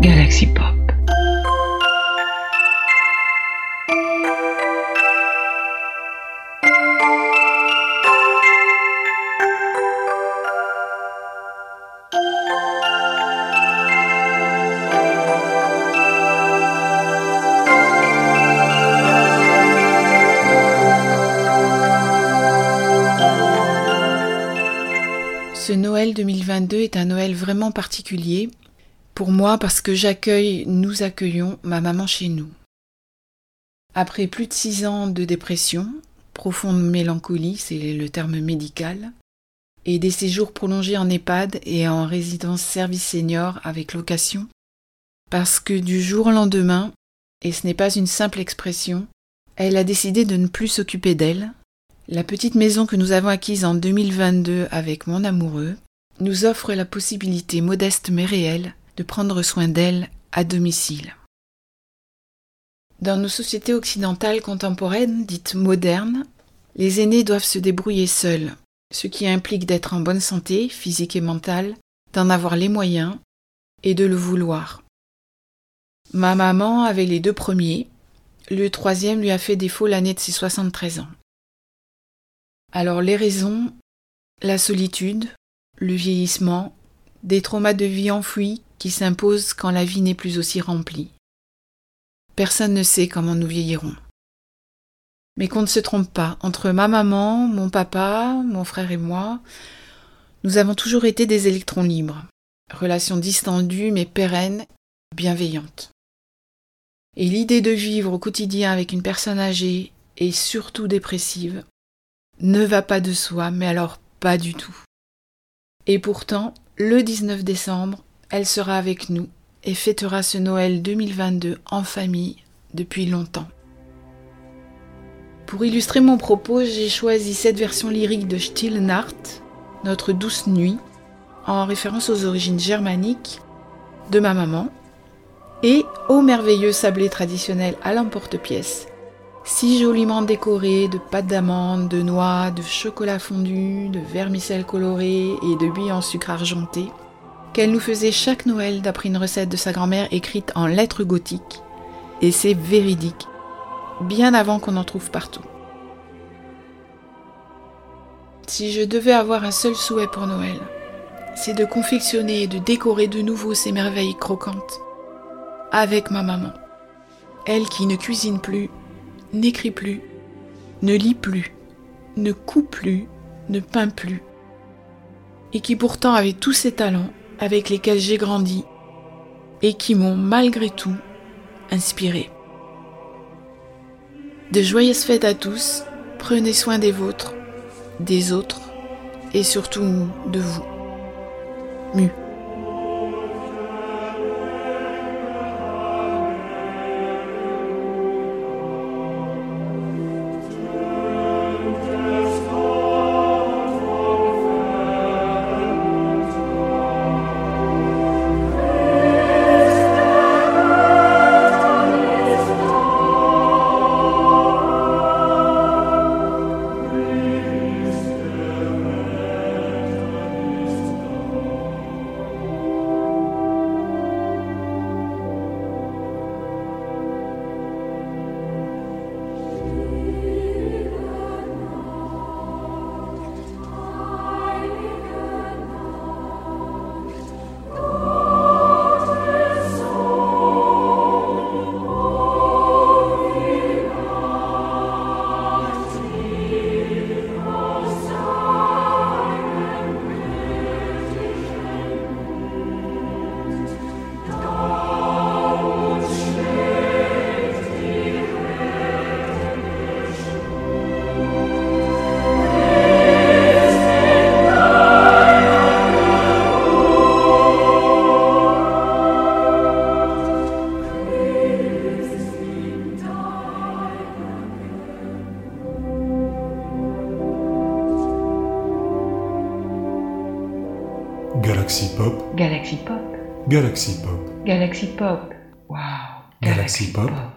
Galaxy Pop. Ce Noël 2022 est un Noël vraiment particulier pour moi parce que nous accueillons ma maman chez nous. Après plus de 6 ans de dépression, profonde mélancolie, c'est le terme médical, et des séjours prolongés en EHPAD et en résidence service senior avec location, parce que du jour au lendemain, et ce n'est pas une simple expression, elle a décidé de ne plus s'occuper d'elle. La petite maison que nous avons acquise en 2022 avec mon amoureux nous offre la possibilité modeste mais réelle de prendre soin d'elle à domicile. Dans nos sociétés occidentales contemporaines, dites modernes, les aînés doivent se débrouiller seuls, ce qui implique d'être en bonne santé, physique et mentale, d'en avoir les moyens et de le vouloir. Ma maman avait les 2 premiers, le 3e lui a fait défaut l'année de ses 73 ans. Alors les raisons, la solitude, le vieillissement, des traumas de vie enfouis qui s'imposent quand la vie n'est plus aussi remplie. Personne ne sait comment nous vieillirons. Mais qu'on ne se trompe pas, entre ma maman, mon papa, mon frère et moi, nous avons toujours été des électrons libres, relations distendues mais pérennes, bienveillantes. Et l'idée de vivre au quotidien avec une personne âgée et surtout dépressive ne va pas de soi, mais alors pas du tout. Et pourtant, le 19 décembre, elle sera avec nous et fêtera ce Noël 2022 en famille depuis longtemps. Pour illustrer mon propos, j'ai choisi cette version lyrique de Stille Nacht, Notre douce nuit, en référence aux origines germaniques de ma maman, et au merveilleux sablé traditionnel à l'emporte-pièce, si joliment décoré de pâte d'amande, de noix, de chocolat fondu, de vermicelle colorée et de billes en sucre argenté, qu'elle nous faisait chaque Noël d'après une recette de sa grand-mère écrite en lettres gothiques, et c'est véridique, bien avant qu'on en trouve partout. Si je devais avoir un seul souhait pour Noël, c'est de confectionner et de décorer de nouveau ces merveilles croquantes avec ma maman, elle qui ne cuisine plus, n'écrit plus, ne lit plus, ne coud plus, ne peint plus, et qui pourtant avait tous ces talents avec lesquels j'ai grandi et qui m'ont malgré tout inspiré. De joyeuses fêtes à tous, prenez soin des vôtres, des autres et surtout de vous. Mu. Galaxy Pop. Galaxy Pop. Galaxy Pop. Galaxy Pop. Wow. Galaxy Pop.